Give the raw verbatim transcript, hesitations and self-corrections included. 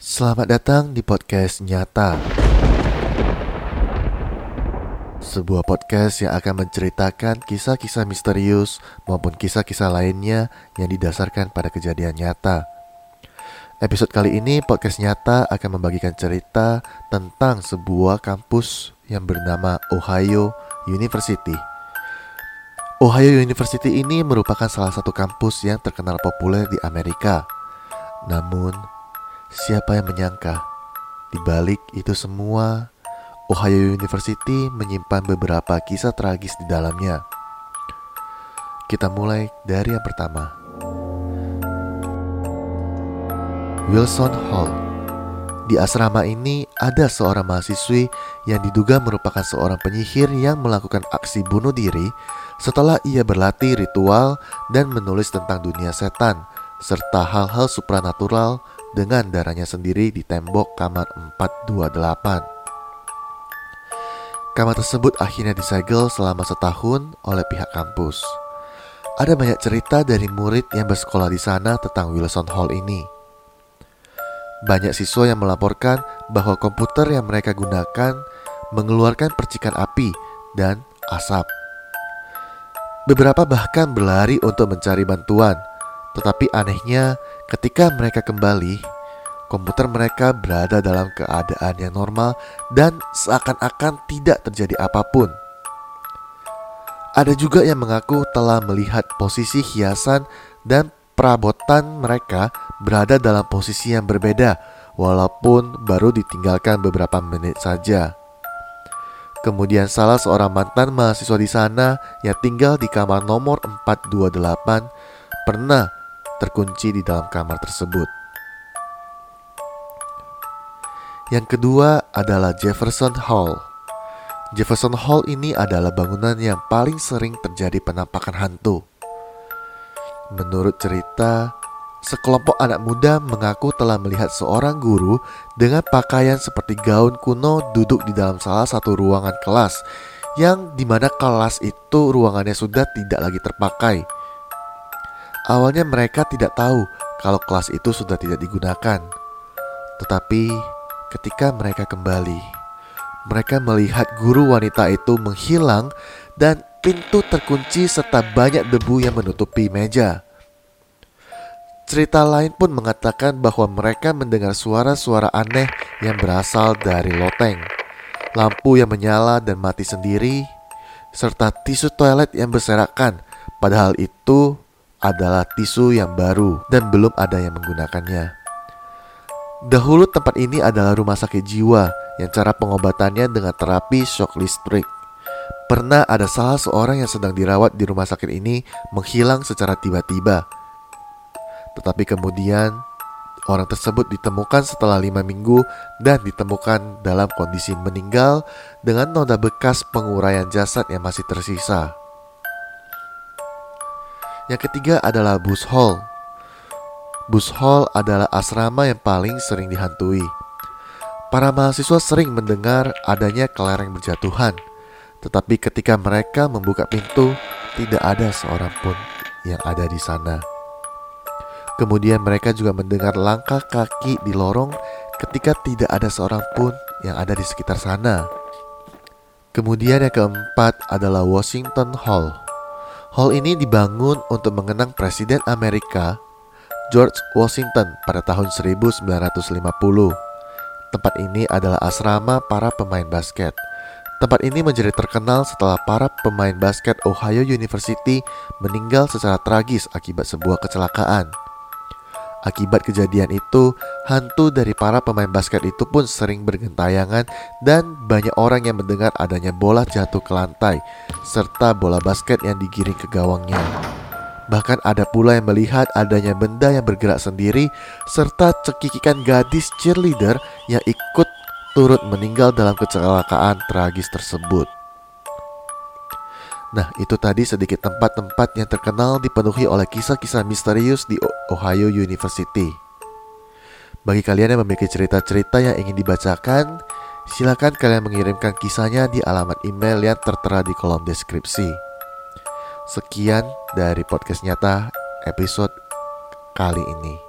Selamat datang di podcast Nyata, sebuah podcast yang akan menceritakan kisah-kisah misterius maupun kisah-kisah lainnya yang didasarkan pada kejadian nyata. Episode kali ini podcast Nyata akan membagikan cerita tentang sebuah kampus yang bernama Ohio University. Ohio University ini merupakan salah satu kampus yang terkenal populer di Amerika. Namun, siapa yang menyangka, di balik itu semua, Ohio University menyimpan beberapa kisah tragis di dalamnya. Kita mulai dari yang pertama. Wilson Hall. Di asrama ini ada seorang mahasiswi yang diduga merupakan seorang penyihir yang melakukan aksi bunuh diri setelah ia berlatih ritual dan menulis tentang dunia setan serta hal-hal supranatural dengan darahnya sendiri di tembok kamar empat dua delapan. Kamar tersebut akhirnya disegel selama setahun oleh pihak kampus. Ada banyak cerita dari murid yang bersekolah di sana tentang Wilson Hall ini. Banyak siswa yang melaporkan bahwa komputer yang mereka gunakan mengeluarkan percikan api dan asap. Beberapa bahkan berlari untuk mencari bantuan. Tetapi anehnya, ketika mereka kembali, komputer mereka berada dalam keadaan yang normal dan seakan-akan tidak terjadi apapun. Ada juga yang mengaku telah melihat posisi hiasan dan perabotan mereka berada dalam posisi yang berbeda, walaupun baru ditinggalkan beberapa menit saja. Kemudian salah seorang mantan mahasiswa di sana yang tinggal di kamar nomor empat dua delapan pernah terkunci di dalam kamar tersebut. Yang kedua adalah Jefferson Hall. Jefferson Hall ini adalah bangunan yang paling sering terjadi penampakan hantu. Menurut cerita, sekelompok anak muda mengaku telah melihat seorang guru dengan pakaian seperti gaun kuno duduk di dalam salah satu ruangan kelas, yang dimana kelas itu ruangannya sudah tidak lagi terpakai. Awalnya mereka tidak tahu kalau kelas itu sudah tidak digunakan. Tetapi ketika mereka kembali, mereka melihat guru wanita itu menghilang dan pintu terkunci serta banyak debu yang menutupi meja. Cerita lain pun mengatakan bahwa mereka mendengar suara-suara aneh yang berasal dari loteng, lampu yang menyala dan mati sendiri, serta tisu toilet yang berserakan, padahal itu adalah tisu yang baru dan belum ada yang menggunakannya. Dahulu tempat ini adalah rumah sakit jiwa yang cara pengobatannya dengan terapi shock listrik. Pernah ada salah seorang yang sedang dirawat di rumah sakit ini menghilang secara tiba-tiba. Tetapi kemudian orang tersebut ditemukan setelah lima minggu dan ditemukan dalam kondisi meninggal dengan noda bekas penguraian jasad yang masih tersisa. Yang ketiga adalah Bush Hall. Bush Hall adalah asrama yang paling sering dihantui. Para mahasiswa sering mendengar adanya kelereng berjatuhan. Tetapi ketika mereka membuka pintu, tidak ada seorang pun yang ada di sana. Kemudian mereka juga mendengar langkah kaki di lorong ketika tidak ada seorang pun yang ada di sekitar sana. Kemudian yang keempat adalah Washington Hall. Hall ini dibangun untuk mengenang Presiden Amerika George Washington pada tahun seribu sembilan ratus lima puluh. Tempat ini adalah asrama para pemain basket. Tempat ini menjadi terkenal setelah para pemain basket Ohio University meninggal secara tragis akibat sebuah kecelakaan. Akibat kejadian itu, hantu dari para pemain basket itu pun sering bergentayangan dan banyak orang yang mendengar adanya bola jatuh ke lantai serta bola basket yang digiring ke gawangnya. Bahkan ada pula yang melihat adanya benda yang bergerak sendiri serta cekikikan gadis cheerleader yang ikut turut meninggal dalam kecelakaan tragis tersebut. Nah, itu tadi sedikit tempat-tempat yang terkenal dipenuhi oleh kisah-kisah misterius di Ohio University. Bagi kalian yang memiliki cerita-cerita yang ingin dibacakan, silakan kalian mengirimkan kisahnya di alamat email yang tertera di kolom deskripsi. Sekian dari podcast Nyata episode kali ini.